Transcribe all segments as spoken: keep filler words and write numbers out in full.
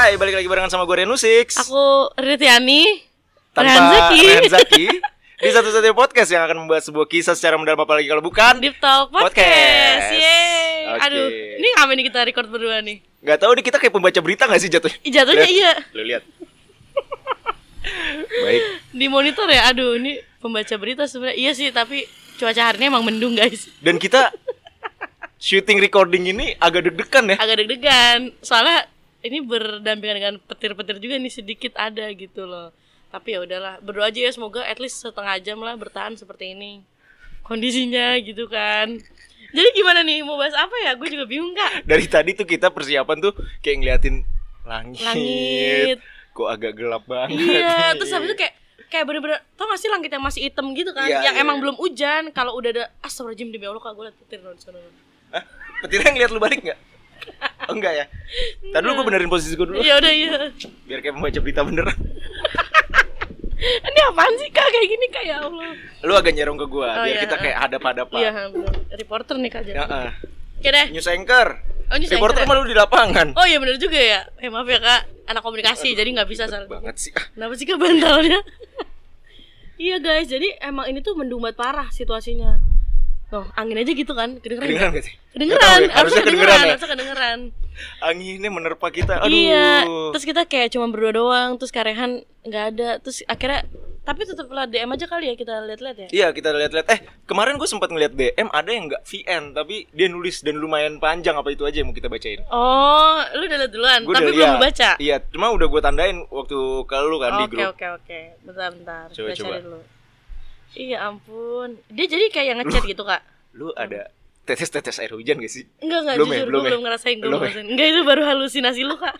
Hai, balik lagi barengan sama gue Renu Six. Aku Ritiani Tanpa Rehan Zaki. Rehan Zaki di satu-satunya podcast yang akan membahas sebuah kisah secara mendalam, apalagi kalau bukan Deep Talk Podcast, Podcast. Yeay. Oke. Aduh, ini ngapain nih kita record berdua nih? Gak tahu nih, kita kayak pembaca berita gak sih jatuhnya? Ih, Jatuhnya Lihat. iya. Lu lihat. Baik. Di monitor ya, aduh ini pembaca berita sebenarnya. Iya sih, tapi cuaca hari ini emang mendung guys. Dan kita syuting recording ini agak deg-degan ya. Agak deg-degan, soalnya ini berdampingan dengan petir-petir juga nih, sedikit ada gitu loh. Tapi ya udahlah, berdoa aja ya, semoga at least setengah jam lah bertahan seperti ini kondisinya gitu kan. Jadi gimana nih, mau bahas apa ya? Gue juga bingung kak. Dari tadi tuh kita persiapan tuh kayak ngeliatin langit, Langit. Kok agak gelap banget. Iya, terus habis itu kayak kayak bener-bener, tau gak sih langit yang masih hitam gitu kan, Iya, yang iya, emang iya. belum hujan. Kalau udah ada, astagfirullahaladzim demi Allah kak, gue liat petir di sana. Hah? Petirnya ngeliat lu balik gak? Oh enggak ya? Tadi dulu gue benerin posisi gue dulu. Iya udah iya. Biar kayak membaca berita beneran. Ini apaan sih kak kayak gini kak, ya Allah. Lu agak nyerong ke gue, Oh, biar iya. kita kayak hadap-hadapan. Iya bener, reporter nih kak jadi. Heeh. Oke deh. News anchor. Oh, news Reporter anchor ya? mah lu di lapangan. Oh iya bener juga ya. Eh maaf ya kak, anak komunikasi jadi nggak bisa soalnya. Banget sih. Ah, Kenapa sih kak bantalnya? Iya guys, jadi emang ini tuh mendung banget parah situasinya. Noh, angin aja gitu kan, kedengeran. kedengeran nggak? gak sih? Kedengeran, Nggak tahu ya, harusnya harusnya kedengeran, kedengeran ya. harusnya kedengeran. Anginnya menerpa kita. Aduh. Iya, terus kita kayak cuma berdua doang, terus Karehan nggak ada, terus akhirnya tapi tetap lah D M aja kali ya, kita lihat-lihat ya. Iya, kita lihat-lihat. Eh, kemarin gue sempat ngeliat D M, ada yang nggak V N, tapi dia nulis dan lumayan panjang. Apa itu aja yang mau kita bacain? Oh, lu udah lihat duluan, Gua tapi udah belum liat. lu baca. Iya, cuma udah gue tandain waktu ke lu kan di Oke grup. oke oke, bentar-bentar, Coba, baca coba. dulu. Iya ampun, dia jadi kayak yang ngechat gitu kak. Lu ada tetes-tetes air hujan gak sih? Enggak enggak, Belum ya? jujur Belum gue ya? belum ngerasain, gue Belum belum ya? ngerasain. Enggak, itu baru halusinasi lu kak.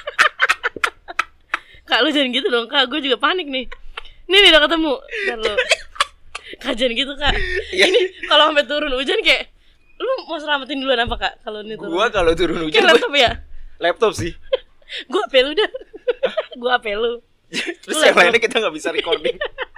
Kak lu jangan gitu dong kak, gue juga panik nih. Nih nih udah ketemu, bentar lu. Kak jangan gitu kak. Iya. Ini kalau sampai turun hujan kayak, lu mau selamatin duluan apa kak? Kalau ini turun. Gua kalau turun hujan Kayak gua- laptop ya? laptop sih. Gue A P lu dah. Gue A P lu. Terus Lu yang laptop. lainnya kita nggak bisa recording.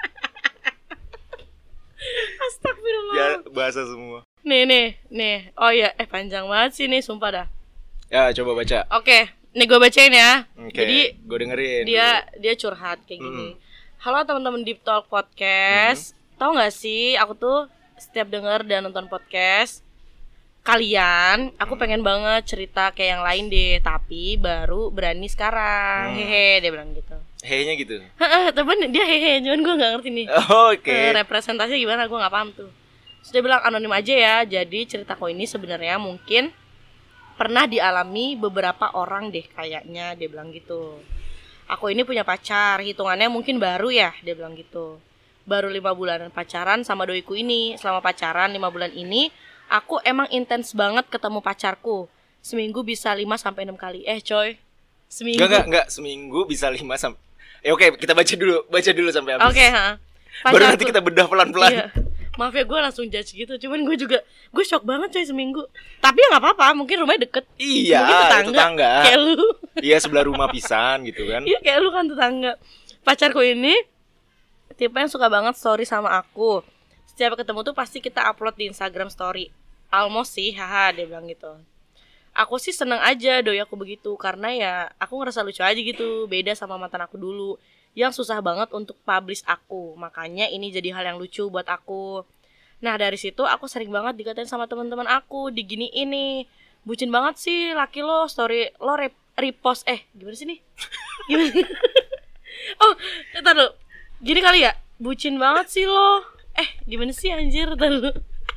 Astagfirullah. Ya bahasa semua. Nih nih nih. Oh iya, eh panjang banget sih nih, sumpah dah. Ya coba baca. Oke, nih gue bacain ya. Oke. Jadi gue dengerin. dia dia curhat kayak gini. Hmm. Halo teman-teman Deep Talk Podcast. Tahu nggak sih, aku tuh setiap denger dan nonton podcast kalian, aku pengen banget cerita kayak yang lain deh, tapi baru berani sekarang. Hmm. Hehe, dia bilang gitu. Hey-nya gitu. Heeh, temen dia hehe, cuman gue nggak ngerti nih. Oke. Eh, representasinya gimana, gue nggak paham tuh. Sudah bilang anonim aja ya. Jadi ceritaku ini sebenarnya mungkin pernah dialami beberapa orang deh kayaknya, dia bilang gitu. Aku ini punya pacar, hitungannya mungkin baru ya, dia bilang gitu. Baru lima bulanan pacaran sama doiku ini. Selama pacaran lima bulan ini, aku emang intens banget ketemu pacarku. Seminggu bisa lima sampai enam kali. Eh coy, seminggu. Enggak, enggak, enggak. Seminggu bisa lima sampai. Ya oke, kita baca dulu. Baca dulu sampai habis. Oke, ha. Baru Pacarku- nanti kita bedah pelan-pelan. Iya. Maaf ya, gue langsung judge gitu. Cuman gue juga, gue shock banget coy seminggu. Tapi ya gak apa-apa, mungkin rumahnya deket. Iya, Mungkin itu tetangga. Kayak lu. Iya, sebelah rumah pisan gitu kan. Iya kayak lu kan tetangga. Pacarku ini tipe yang suka banget story sama aku. Setiap ketemu tuh pasti kita upload di Instagram story. Almost sih, haha, dia bilang gitu. Aku sih seneng aja doi aku begitu, karena ya aku ngerasa lucu aja gitu. Beda sama mantan aku dulu yang susah banget untuk publish aku. Makanya ini jadi hal yang lucu buat aku. Nah dari situ aku sering banget dikatain sama teman-teman aku, digini ini bucin banget sih laki lo, story lo rep- repost eh gimana sih nih? Gimana? Oh, ntar lu. Gini kali ya, bucin banget sih lo. Eh gimana sih anjir, ntar lu.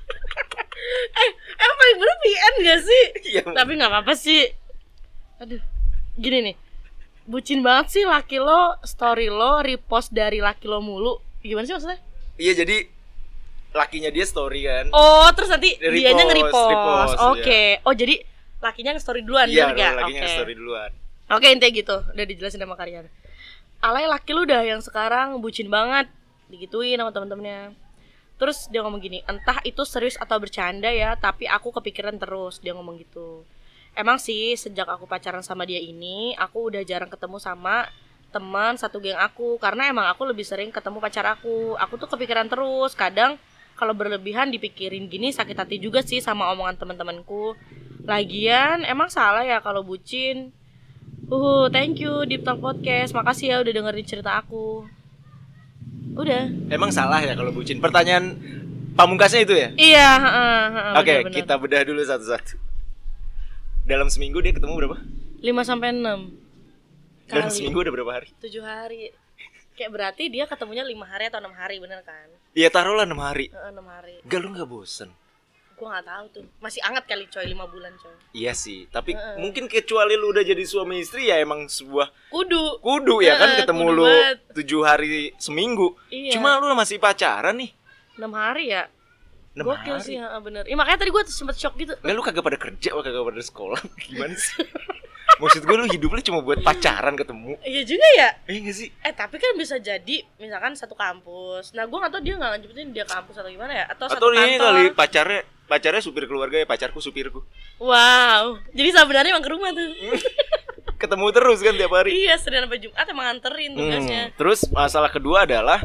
eh emang paling bener V N gak sih? Iya. Tapi nggak apa-apa sih. Aduh, gini nih. Bucin banget sih laki lo, story lo repost dari laki lo mulu. Gimana sih maksudnya? Iya, jadi lakinya dia story kan. Oh, terus nanti Repost, dianya nge-repost. repost, Oke. Oh, jadi lakinya nge-story duluan, Iya, bener gak? lakinya Oke. story duluan. Oke, intinya gitu. Udah dijelasin sama kalian. Alay laki lu dah yang sekarang bucin banget, digituin sama temen-temennya. Terus dia ngomong gini, entah itu serius atau bercanda ya, tapi aku kepikiran terus. Dia ngomong gitu. Emang sih sejak aku pacaran sama dia ini, aku udah jarang ketemu sama teman satu geng aku, karena emang aku lebih sering ketemu pacar aku. Aku tuh kepikiran terus. Kadang kalau berlebihan dipikirin gini sakit hati juga sih sama omongan teman-temanku. Lagian emang salah ya kalau bucin. Uh, thank you Deep Talk Podcast. Makasih ya udah dengerin cerita aku. Udah. Emang salah ya kalau bucin? Pertanyaan pamungkasnya itu ya? Iya, heeh, heeh. Oke, okay, kita bedah dulu satu-satu. Dalam seminggu dia ketemu berapa? lima sampai enam Dan seminggu udah berapa hari? tujuh hari. Kayak berarti dia ketemunya lima hari atau enam hari, bener kan? Iya, taruhlah enam hari. Heeh, enam hari. Enggak, lu enggak bosen? Gua enggak tahu tuh. Masih anget kali coy, lima bulan coy. Iya sih, tapi uh-uh. mungkin kecuali lu udah jadi suami istri ya emang sebuah kudu. Kudu ya kan uh-uh, ketemu lu tujuh hari seminggu. Iya. Cuma lu masih pacaran nih. enam hari ya? enam Gokil hari. sih, ya, bener. Ya, makanya tadi gue tuh sempet shock gitu. Enggak, lu kagak pada kerja, lu kagak pada sekolah. Gimana sih? Maksud gue lu hidup lu cuma buat pacaran ketemu. Iya juga ya. Eh enggak sih? Eh tapi kan bisa jadi misalkan satu kampus. Nah gue gak tau dia gak nyebutin dia kampus atau gimana ya. Atau, Atau satu kantor. ini kali pacarnya pacarnya supir keluarga ya, pacarku supirku. Wow. Jadi sebenarnya emang ke rumah tuh. Ketemu terus kan tiap hari. Iya, Senin sampai Jumat emang nganterin tugasnya. Hmm. Terus masalah kedua adalah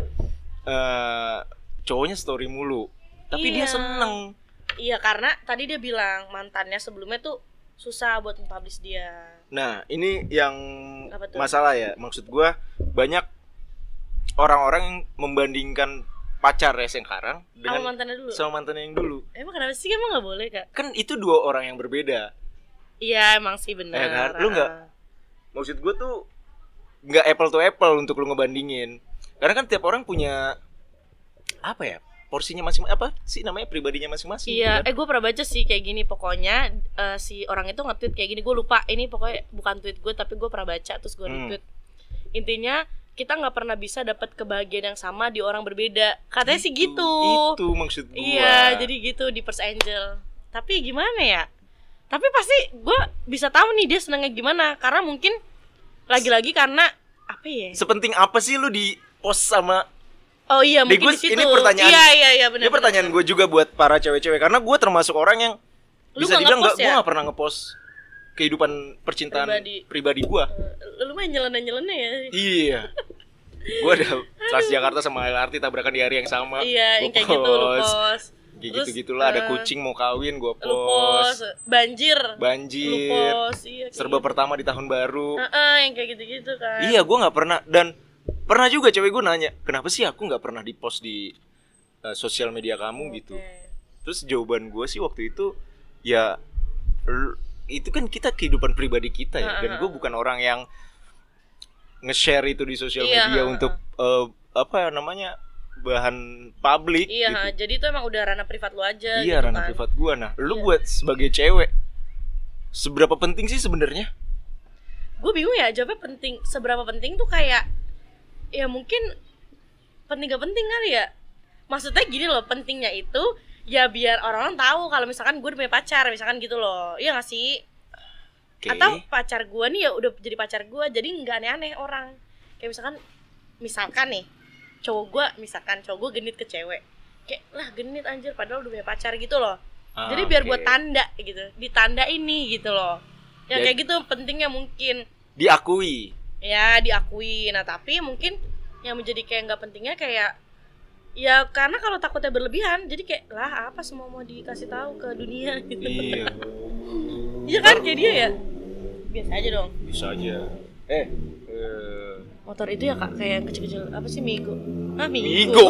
uh, cowoknya story mulu. Tapi iya. dia seneng. Iya, karena tadi dia bilang mantannya sebelumnya tuh susah buat mempublish dia. Nah, ini yang masalah ya. Maksud gua banyak orang-orang yang membandingkan pacarnya sekarang dengan sama mantannya dulu. Sama mantannya yang dulu. Emang kenapa sih? Emang gak boleh, Kak? Kan itu dua orang yang berbeda. Iya, emang sih benar. Ya kan? Lu enggak, maksud gua tuh enggak apple to apple untuk lu ngebandingin. Karena kan tiap orang punya apa ya? Porsinya masing-masing, apa sih namanya, pribadinya masing-masing. Iya, kan? eh gue pernah baca sih kayak gini. Pokoknya uh, si orang itu nge-tweet kayak gini. Gue lupa, ini pokoknya bukan tweet gue, tapi gue pernah baca terus gue retweet. hmm. Intinya kita nggak pernah bisa dapat kebahagiaan yang sama di orang berbeda. Katanya gitu, sih gitu. Itu maksud gue. Iya, jadi gitu di First Angel. Tapi gimana ya? Tapi pasti gue bisa tahu nih dia senengnya gimana. Karena mungkin lagi-lagi karena apa ya? Sepenting apa sih lu di post sama? Oh iya, mungkin gue, di situ. Ini pertanyaan. Iya iya iya benar. Ini pertanyaan gue juga buat para cewek-cewek, karena gue termasuk orang yang lu bisa dibilang nggak, ya? Gue nggak pernah ngepost kehidupan percintaan pribadi, pribadi gue. Uh, lu main nyeleneh-nyeleneh ya? Iya. Gue ada Transjakarta sama L R T tabrakan di hari yang sama. Iya, yang kayak gitu lu post. Kayak gitu-gitulah, ada kucing mau kawin gue post. Lu post. Banjir. Banjir. Lu post. Iya, serba gitu. Pertama di tahun baru. Heeh, yang kayak gitu-gitu kan. Iya, gue nggak pernah. Dan pernah juga cewek gue nanya, kenapa sih aku nggak pernah dipost di uh, sosial media kamu okay. gitu. Terus jawaban gue sih waktu itu ya l- itu kan kita kehidupan pribadi kita ya. Uh-huh. Dan gue bukan orang yang nge-share itu di sosial iya, media uh-huh. untuk uh, apa namanya bahan publik. Iya, gitu. Jadi itu emang udah ranah privat lu aja. Iya, gitu ranah kan. privat gue. Nah, lu iya. buat sebagai cewek seberapa penting sih sebenarnya? Gue bingung ya, jawabnya penting. Seberapa penting tuh kayak ya mungkin penting gak penting kali ya. Maksudnya gini loh, pentingnya itu ya biar orang-orang tahu kalau misalkan gue udah punya pacar, misalkan gitu loh. Iya gak sih? Okay. Atau pacar gue nih ya udah jadi pacar gue, jadi gak aneh-aneh orang. Kayak misalkan Misalkan nih cowok gue, misalkan cowok gue genit ke cewek, kayak lah genit anjir padahal udah punya pacar gitu loh. ah, Jadi biar okay. buat tanda gitu, ditanda ini gitu loh. Ya, ya kayak gitu pentingnya mungkin diakui. Ya diakui. Nah tapi mungkin yang menjadi kayak nggak pentingnya kayak ya karena kalau takutnya berlebihan, jadi kayak lah apa semua mau dikasih tahu ke dunia gitu. Iya. Iya kan kayak dia ya. Biasa aja dong. Bisa aja. Eh, uh... motor itu ya kak kayak yang kecil-kecil apa sih Migo? Ah Migo. Migo.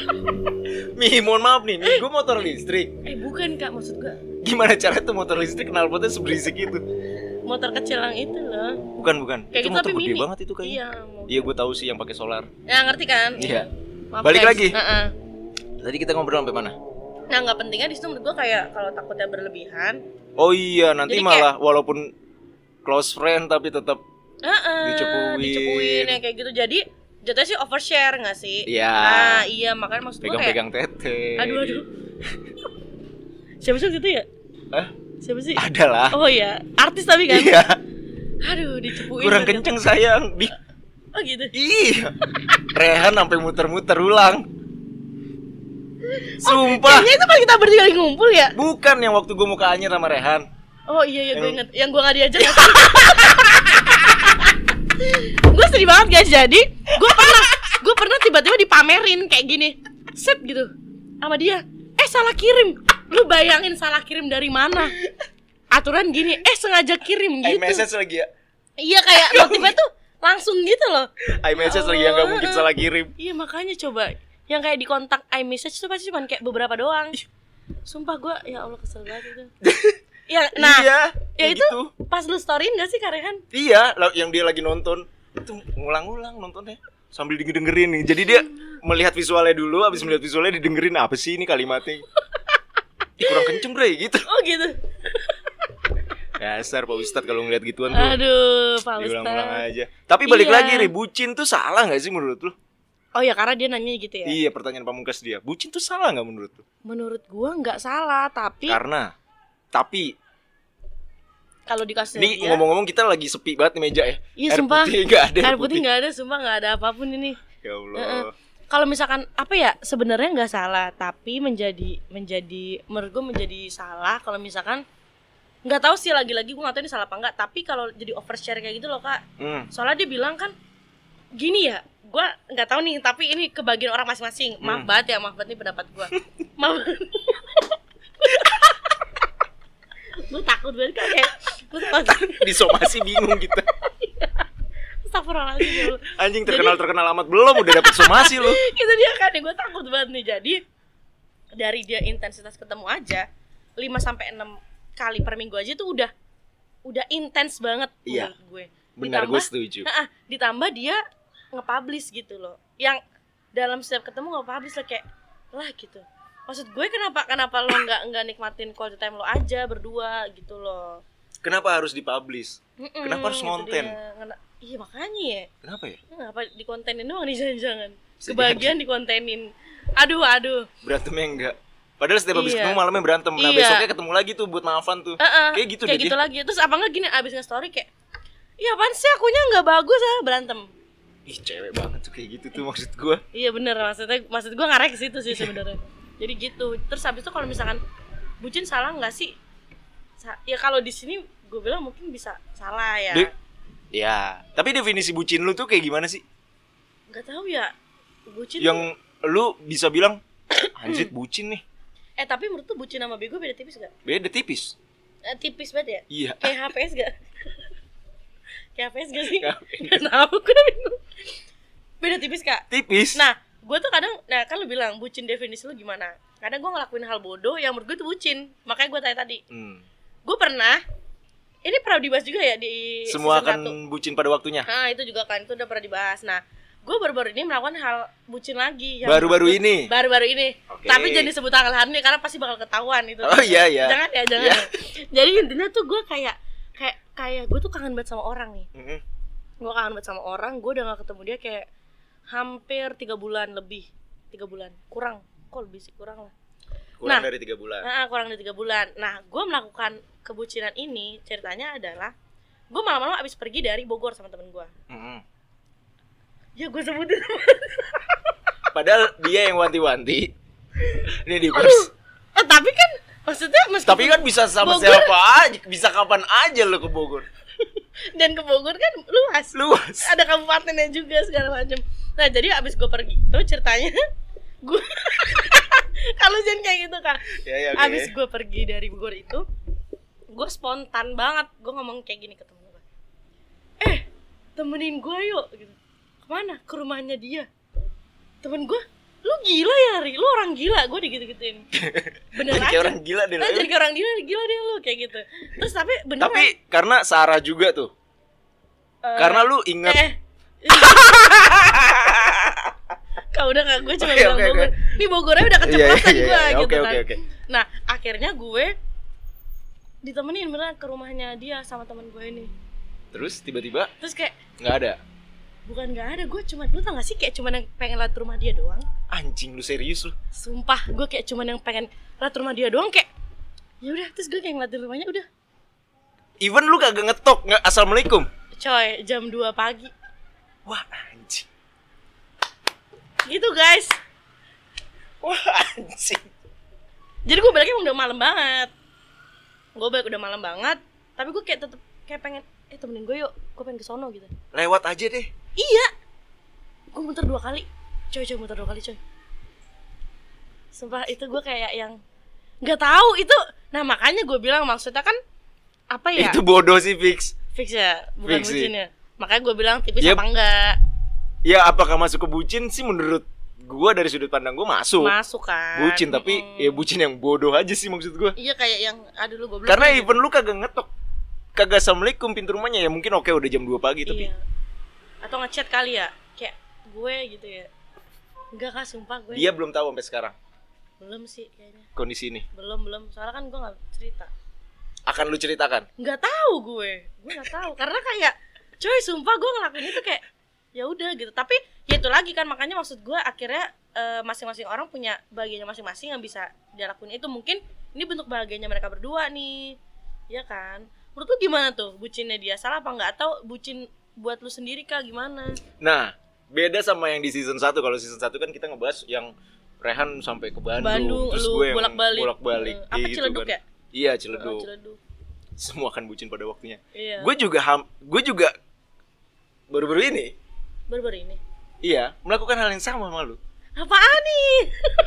Mi, mohon maaf nih, Migo motor listrik. Eh bukan kak, maksud gua. Gimana cara tuh motor listrik knalpotnya seberisik itu? Motor kecil yang itu loh. Bukan bukan. Kayak itu gitu, motor tapi gede mini. banget itu kayaknya. Iya. Iya gue tahu sih yang pakai solar. Ya ngerti kan? Iya. Maaf, balik guys. lagi. Uh-uh. Tadi kita ngobrol sampai mana? Nah nggak pentingnya di situ menurut gue kayak kalau takutnya berlebihan. Oh iya nanti jadi malah kayak, walaupun close friend tapi tetap uh-uh, dicepuin. Dicepuin ya kayak gitu. Jadi jatuhnya sih overshare nggak sih? Iya. Nah iya makanya maksud gue kayak pegang-pegang tete. Aduh aduh. Siapa sih gitu ya? Hah? Siapa sih? Ada lah. Oh iya artis tapi kan? Iya. Aduh dicepuin. Kurang kenceng sayang. Di... Oh gitu. Iya. Rehan sampai muter-muter ulang. Sumpah. Oh, kayaknya itu pas kita bertiga lagi ngumpul ya? Bukan yang waktu gue mau ke Anyer sama Rehan. Oh iya iya yang... gue inget. Yang gue gak diajak. Gue sedih banget guys. Jadi gue pernah gue pernah tiba-tiba dipamerin kayak gini, set gitu sama dia. Eh salah kirim. Lu bayangin salah kirim dari mana? Aturan gini, eh sengaja kirim gitu. iMessage lagi ya? Iya kayak notifnya tuh langsung gitu loh. iMessage lagi yang gak mungkin salah kirim. Iya makanya coba yang kayak di kontak iMessage tuh pasti cuma kayak beberapa doang. Sumpah gue ya Allah kesel banget itu. Ya, nah, iya, ya itu gitu. pas lu storyin gak sih Karehan? Iya, yang dia lagi nonton itu ngulang-ngulang nontonnya sambil dengerin nih. Jadi dia melihat visualnya dulu, habis melihat visualnya didengerin apa sih ini kalimatnya. Ih, kurang kenceng bre gitu. Oh gitu. Dasar Pak Ustadz kalau ngeliat gituan tuh. Aduh, Pak Ustadz. Diulang-ulang aja. Tapi balik Iya. lagi nih, bucin tuh salah gak sih menurut lu? Oh ya karena dia nanya gitu ya. Iya, pertanyaan pamungkas dia. Bucin tuh salah gak menurut lu? Menurut gua nggak salah, tapi Karena Tapi kalau dikasih ini dia, ngomong-ngomong kita lagi sepi banget di meja ya. iya Air sumpah. putih gak ada. Air putih nggak ada, sumpah nggak ada apapun ini. Ya Allah. Uh-uh. Kalau misalkan apa ya sebenarnya nggak salah, tapi menjadi menjadi menurut gue menjadi salah kalau misalkan nggak tahu sih lagi-lagi gue nggak tahu ini salah apa enggak, tapi kalau jadi overshare kayak gitu loh Kak. Hmm. Soalnya dia bilang kan gini ya, gue nggak tahu nih, tapi ini kebagian orang masing-masing. Maaf Hmm. banget ya, maaf banget nih pendapat gue. Maaf. Gue takut banget kayak gue takut. Disomasi bingung kita. Astagfirullahaladzim. Anjing terkenal-terkenal amat belum udah dapet somasi lu. Itu dia kan, gue takut banget nih. Jadi dari dia intensitas ketemu aja lima sampai enam kali per minggu aja tuh udah udah intens banget Iya. menurut gue. Benar, gue setuju. Nah, ditambah dia nge-publish gitu loh. Yang dalam setiap ketemu nge-publish lah kayak lah gitu. Maksud gue kenapa kenapa lo nggak nggak nikmatin quality time lo aja berdua gitu loh. Kenapa harus dipublish? Mm-mm, Kenapa harus gitu konten? dia. Ngena- Iya makanya ya. Kenapa ya? Kenapa dikontenin doang nih jangan-jangan. Bisa Kebagian dikontenin. Aduh aduh. Berantemnya enggak. Padahal setiap habis Iya. ketemu malamnya berantem. Nah, Iya. besoknya ketemu lagi tuh buat maafan tuh. Uh-uh, Kayak gitu kayak deh gitu dia. lagi. Terus apa nggak gini abis nge-story kayak iya apaan sih akunya nggak bagus ah berantem. Ih, cewek banget tuh kayak gitu tuh maksud gua. Iya bener, maksudnya maksud gue ngarek ke situ sih sebenarnya. Jadi gitu. Terus habis itu kalau misalkan bucin salah nggak sih? Sa- ya kalau di sini gue bilang mungkin bisa salah ya. De- ya, tapi definisi bucin lu tuh kayak gimana sih? Nggak tahu ya. Bucin. Yang lu bisa bilang anjir bucin nih. Eh tapi menurut tuh bucin sama bego beda tipis gak? Beda tipis. Eh, tipis banget ya? Iya. Kayak H P S gak? Kayak H P S gak sih? Nggak. Gak tau, gue bingung. Beda tipis Kak? Tipis. Nah, gue tuh kadang, nah kan lu bilang bucin definisi lu gimana? Kadang gue ngelakuin hal bodoh yang menurut gue tuh bucin. Makanya gue tanya tadi. Hmm. Gue pernah, ini pernah dibahas juga ya di Semua season akan satu. bucin pada waktunya. Nah itu juga kan, itu udah pernah dibahas. Nah, gue baru-baru ini melakukan hal bucin lagi yang Baru-baru menurut- ini? Baru-baru ini. Oke. Tapi jangan disebut tanggal hari ini karena pasti bakal ketahuan itu. Oh, iya, iya. Jangan ya, jangan Iya. ya. Jadi intinya tuh gue kayak kayak kayak gue tuh kangen banget sama orang nih. Mm-mm. Gue kangen banget sama orang, gue udah gak ketemu dia kayak hampir tiga bulan lebih. Tiga bulan, kurang, kok lebih sih, kurang lah. Kurang Nah. dari tiga bulan. Nah, kurang dari tiga bulan. Nah, gue melakukan kebucinan ini ceritanya adalah gue malam-malam abis pergi dari Bogor sama temen gue. Mm-mm. Ya gue sebutin. Padahal dia yang wanti-wanti. Ini di Aduh. Eh tapi kan maksudnya meskipun Tapi kan bisa sama Bogor- siapa aja, bisa kapan aja lo ke Bogor. dan ke Bogor kan luas. Luas. Ada kabupatennya juga segala macam. Nah, jadi abis gue pergi itu ceritanya gue kalau jangan kayak gitu Kak. Ya, ya, oke. Abis gue pergi dari Bogor itu gue spontan banget gue ngomong kayak gini ke temen gue. Eh, temenin gue yuk gitu. Kemana? Ke rumahnya dia. Temen gue, lu gila ya Ri, lu orang gila, gue digitu-gituin. Bener Jadi aja. kayak orang gila deh. Nah, jadi kayak orang gila, gila deh lu kayak gitu. Terus tapi beneran. Tapi karena Sarah juga tuh. eh, Karena lu inget Eh, kau udah gak, gue cuma Oke, bilang oke, Bogor. oke. Ini Bogornya udah keceplosan Iya, iya, gue iya, gitu oke, kan. oke, oke. Nah, akhirnya gue ditemenin beneran ke rumahnya dia sama teman gue ini. Terus tiba-tiba Terus kayak nggak ada. bukan nggak ada, gue cuma, lu tau gak sih kayak cuma yang pengen liat rumah dia doang. Anjing lu serius lu. Sumpah, gue kayak cuma yang pengen liat rumah dia doang kayak ya udah, terus gue kayak ngeliatin rumahnya udah. Even lu kagak ngetok, nggak assalamualaikum. Coy, jam dua pagi. Wah anjing. Gitu guys. Wah anjing. Jadi gue baliknya udah malam banget. Gue balik udah malam banget, tapi gue kayak tetep kayak pengen eh temenin gue yuk, gue pengen ke sono gitu. Lewat aja deh. Iya. Gue muter dua kali. Coy, coy muter dua kali, coy. Sumpah itu gue kayak yang nggak tahu itu. Nah, makanya gue bilang maksudnya kan apa ya? Itu bodoh sih fix. Fix ya, bukan Fix bucin sih. ya. Makanya gue bilang tipis Yep. apa enggak? Ya apakah masuk ke bucin sih menurut gua dari sudut pandang gua masuk. Masuk kan. Bucin tapi Mm-mm. ya bucin yang bodoh aja sih maksud gua. Iya kayak yang aduh lu goblok. Karena nih, even lu kagak ngetok, kagak assalamualaikum pintu rumahnya, ya mungkin oke udah jam dua pagi tapi Iya. Atau ngechat kali ya, kayak gue gitu ya. Enggak kak, sumpah gue. dia belum tahu sampai sekarang Belum sih kayaknya. kondisi ini. Belum belum. Soalnya kan gue nggak cerita. Akan lu ceritakan. Nggak tahu gue. Gue nggak tahu karena kayak, coy sumpah gue ngelakuin itu kayak ya udah gitu. Tapi ya itu lagi kan makanya maksud gue akhirnya eh, masing-masing orang punya bahagianya masing-masing yang bisa dia lakuin itu. Mungkin ini bentuk bahagianya mereka berdua nih, ya kan? Menurut lu gimana tuh bucinnya dia? Salah apa nggak? Atau bucin buat lu sendiri kah gimana? Nah, beda sama yang di season satu. Kalau season satu kan kita ngebahas yang Rehan sampai ke Bandung, Bandung, terus lu gue yang bolak-balik. bolak-balik. Eh, apa Iya Ciledug kan. ya? Iya, Oh, Ciledug. Ciledug. Semua akan bucin pada waktunya. Iya. Gue juga ham, gue juga baru-baru ini, Baru-baru ini. iya, melakukan hal yang sama sama lu. Apaan nih?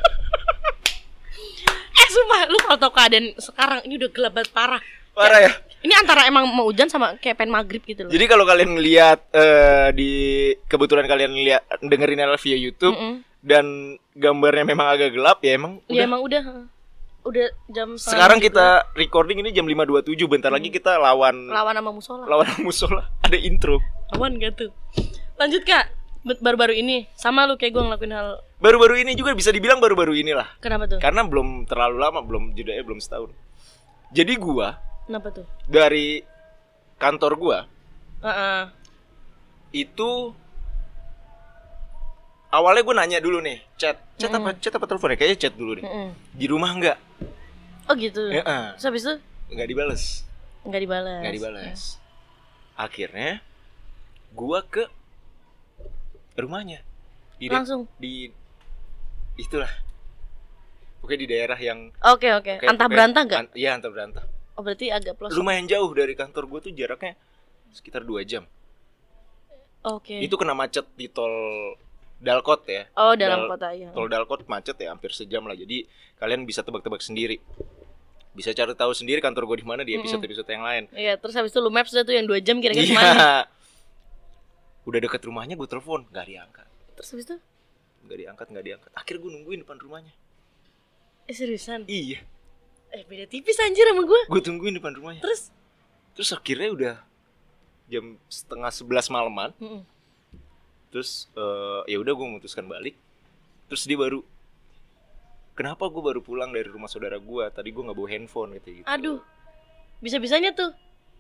eh sumpah lu kalau tau keadaan sekarang ini udah gelap banget parah. Parah ya. Ini antara emang mau hujan sama kayak pengen maghrib gitu loh. Jadi kalau kalian lihat eh, di kebetulan kalian lihat dengerin Ella via YouTube Mm-mm. dan gambarnya memang agak gelap ya emang Ya udah. emang udah udah jam setengah Sekarang juga. kita recording ini jam lima dua puluh tujuh, bentar lagi kita lawan lawan sama musola. lawan musola. Ada intro. Lawan gak tuh? Lanjut Kak. Bet- Baru-baru ini sama lu kayak gue ngelakuin hal. Baru-baru ini juga bisa dibilang baru-baru inilah. Kenapa tuh? Karena belum terlalu lama, belum jedanya belum setahun. Jadi gua Kenapa tuh? dari kantor gua Heeh. itu awalnya gue nanya dulu nih, chat, chat Mm. apa, chat apa telepon ya? Kayaknya chat dulu deh. Mm-mm. Di rumah enggak? Oh gitu. Ya, eh, Terus habis itu enggak dibales, nggak dibalas. enggak dibales. Akhirnya gua ke rumahnya. Di de- Langsung. di itulah. Oke, di daerah yang Oke oke. kayak- Antah kayak- berantah gak? an- Iya, antah berantah. Oh berarti agak pelosok. Lumayan jauh dari kantor gue tuh jaraknya sekitar dua jam. Oke. Itu kena macet di tol Dalkot ya. Oh dalam Dal- kota ya. Tol Dalkot macet ya hampir sejam lah. Jadi kalian bisa tebak-tebak sendiri. Bisa cari tahu sendiri kantor gue di mana di episode-episode yang lain. Iya, terus habis itu lu maps udah tuh yang dua jam kira-kira Iya. kemana? Udah deket rumahnya gue telepon, nggak diangkat, Terus habis itu? nggak diangkat, nggak diangkat. Akhirnya gue nungguin depan rumahnya. Eh seriusan? Iya, Eh beda tipis anjir sama gue. gue tungguin depan rumahnya. Terus? Terus akhirnya udah jam setengah sebelas malaman. Mm-mm. Terus eh, ya udah gue memutuskan balik. Terus dia baru, kenapa gue baru pulang dari rumah saudara gue? Tadi gue nggak bawa handphone gitu. Aduh, bisa-bisanya tuh.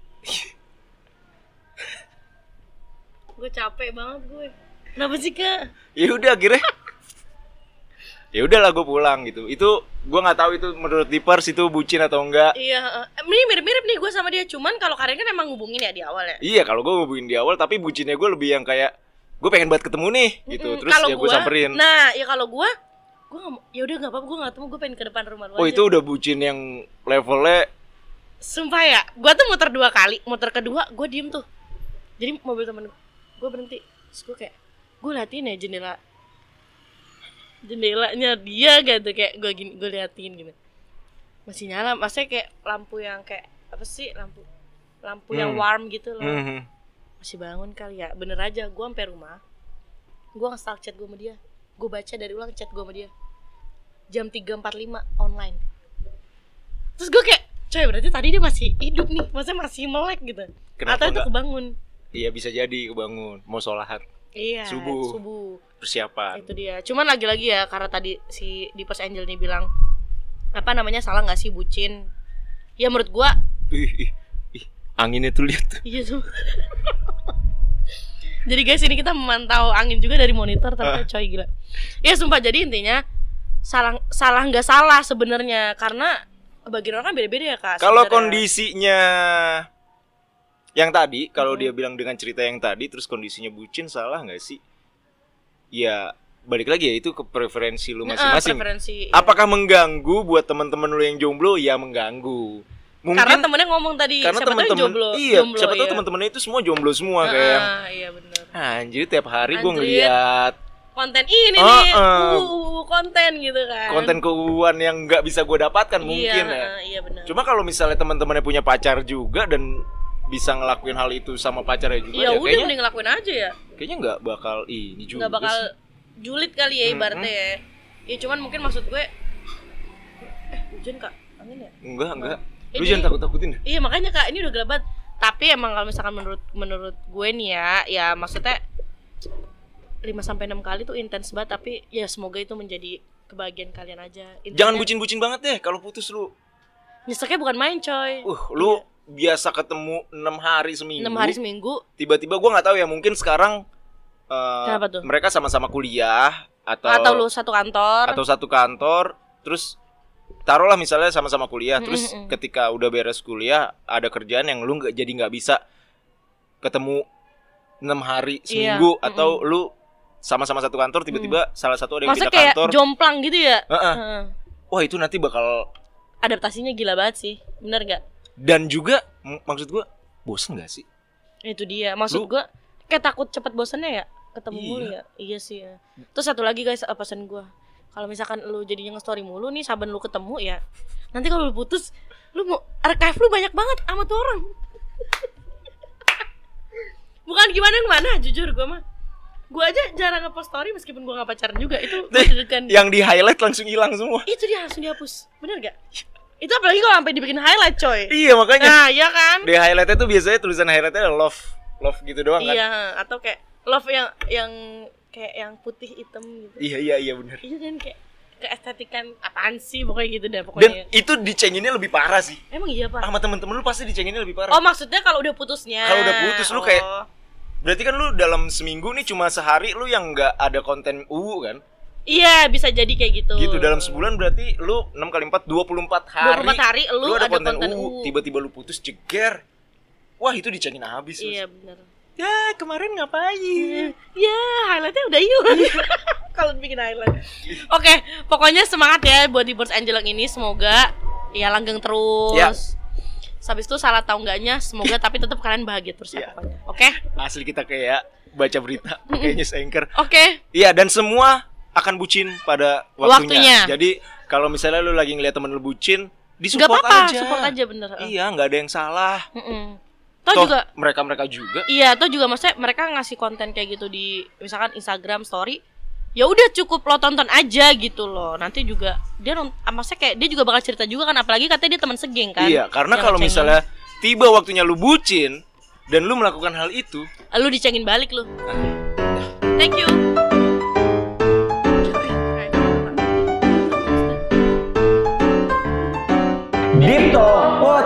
Gue capek banget gue. Kenapa sih kak? Ya udah akhirnya. Ya udahlah gue pulang gitu. Itu gue nggak tahu itu menurut Dipers itu bucin atau enggak. Iya, eh, ini mirip-mirip nih gue sama dia. Cuman kalau Karin kan emang ngubungin ya di awal ya. Iya, kalau gue ngubungin di awal, tapi bucinnya gue lebih yang kayak gue pengen banget ketemu nih gitu. Mm-mm. Terus Kalau ya gue gua- samperin. Nah, ya kalau gue, gue nggak mau. Ya udah nggak apa-apa, gue nggak ketemu. Gue pengen ke depan rumah lu Oh aja. itu udah bucin yang levelnya. Sumpah ya, gue tuh muter dua kali. Muter kedua, gue diem tuh. Jadi mobil temen gue berhenti. Terus gue kayak, gue liatin ya jendela jendelanya dia gitu, kayak gue gini, gue liatin gitu. Masih nyala, maksudnya kayak lampu yang kayak apa sih, lampu lampu yang Hmm. warm gitu loh. Mhm. Masih bangun kali ya. Bener aja, gue sampai rumah, gue nge-stalk chat gue sama dia. Gue baca dari ulang chat gue sama dia. Jam tiga empat puluh lima online. Terus gue kayak, coy berarti tadi dia masih hidup nih, maksudnya masih melek gitu. Kenapa Atau itu enggak? kebangun. Iya bisa jadi kebangun. Mau sholahat, Iya, Subuh. subuh. persiapan. Itu dia. Cuman lagi-lagi ya, karena tadi si Deepers Angel nih bilang, apa namanya, salah nggak sih bucin? Ya menurut gua, Ih, ih, ih, anginnya tuh lihat tuh. iya tuh. Jadi guys, ini kita memantau angin juga dari monitor, ternyata coy gila. Ya sumpah, jadi intinya salah salah nggak salah sebenarnya, karena bagi orang kan beda-beda ya kak. Kalau sebenarnya. kondisinya yang tadi, kalau Hmm. dia bilang dengan cerita yang tadi, terus kondisinya bucin, salah nggak sih? Ya balik lagi ya itu ke preferensi lu Nah, masing-masing. preferensi, iya. Apakah mengganggu buat teman-teman lu yang jomblo? Ya mengganggu. Mungkin Karena temennya ngomong tadi, karena siapa tahu yang teman-teman jomblo, iya, jomblo, siapa tahu iya. teman-temannya itu semua jomblo semua kayak yang Ah, iya benar. anjir tiap hari gue Anjir. ngeliat Konten ini Oh, nih, uh. uh, konten gitu kan. konten keuuan yang nggak bisa gue dapatkan mungkin iya, ya. ah, iya benar. Cuma kalau misalnya teman-temannya punya pacar juga dan bisa ngelakuin hal itu sama pacarnya juga ya, ya udah kayaknya mending ngelakuin aja ya. kayaknya nggak bakal ini juga Nggak bakal sih. julid kali ya ibaratnya ya. Ya cuman mungkin maksud gue eh hujan Kak, angin ya? Enggak, enggak. Lu Ini- jangan takut-takutin ya. Iya makanya Kak, ini udah gelap banget. Tapi emang kalau misalkan menurut menurut gue nih ya, ya maksudnya lima sampai enam kali tuh intens banget, tapi ya semoga itu menjadi kebahagiaan kalian aja. Intinya, Jangan bucin-bucin banget deh kalau putus lu. nyeseknya bukan main coy. Uh, lu biasa ketemu enam hari seminggu. enam hari seminggu. Tiba-tiba gua nggak tahu ya, mungkin sekarang uh, Kenapa tuh? mereka sama-sama kuliah atau Atau lu satu kantor. atau satu kantor, terus taruhlah misalnya sama-sama kuliah, Mm, terus mm, mm. ketika udah beres kuliah ada kerjaan yang lu nggak jadi nggak bisa ketemu enam hari seminggu, Iya, atau lu sama-sama satu kantor tiba-tiba salah satu ada yang Maksudnya pindah kayak kantor. jomplang gitu ya. Heeh. Heeh. Wah, itu nanti bakal, Adaptasinya gila banget sih. Bener gak? dan juga m- maksud gua bosen gak sih? Itu dia. Maksud Lu- gue kayak takut cepet bosannya ya. Ketemu Iya. mulu ya. Iya sih ya. Terus satu lagi guys, eh, pesan gue. Kalau misalkan lu jadinya nge-story mulu nih, saban lu ketemu ya. Nanti kalau lu putus, lu mau archive lu banyak banget sama tuh orang. Bukan gimana gimana, jujur gue mah. Gue aja jarang nge-post story meskipun gue gak pacaran juga. Itu menunjukkan Yang di highlight langsung hilang semua. itu dia langsung dihapus. Bener gak? Itu apalagi kalau sampai dibikin highlight coy. Iya, makanya Nah, iya kan? di highlightnya tuh biasanya tulisan highlightnya adalah love, love gitu doang kan? Iya, atau kayak love yang yang kayak yang putih hitam gitu. Iya, iya, iya benar. Iya kan kayak keestetikan apaan sih pokoknya gitu deh Dan pokoknya. itu dicenginnya lebih parah sih. Emang iya Pak? Sama temen-temen lu pasti dicenginnya lebih parah. Oh maksudnya kalau udah putusnya. Kalau udah putus lu Oh. kayak, berarti kan lu dalam seminggu nih cuma sehari lu yang nggak ada konten U U kan? Iya bisa jadi kayak gitu. Gitu, dalam sebulan berarti lu enam kali empat, dua puluh empat hari. dua puluh empat hari lu ada, ada konten, konten U U. U U. Tiba-tiba lu putus jeger. Wah, itu dicengin habis. Iya benar. Ya, kemarin ngapain? Ya highlightnya udah yuk. Kalau bikin highlight. Oke, pokoknya semangat ya buat di Birds Angel ini, semoga ya langgeng terus. Ya. Habis itu salah tahu enggaknya, semoga tapi tetap kalian bahagia terus ya Ya. pokoknya. Oke? Asli kita kayak baca berita, kayak news anchor. Oke. Iya, dan semua akan bucin pada waktunya. Waktunya. Jadi kalau misalnya lu lagi ngeliat temen lu bucin, Enggak disupport apa-apa, aja. support aja bener. Iya, nggak ada yang salah. Heeh. Toh Toh juga mereka-mereka juga. iya, toh juga maksudnya mereka ngasih konten kayak gitu di misalkan Instagram story. Ya udah cukup lo tonton aja gitu loh. Nanti juga dia nont- ah, maksudnya kayak dia juga bakal cerita juga kan, apalagi katanya dia teman segeng kan. Iya, karena Yang kalau ngecengin. misalnya tiba waktunya lu bucin dan lu melakukan hal itu, lu dicengin balik lu. Thank you. Dito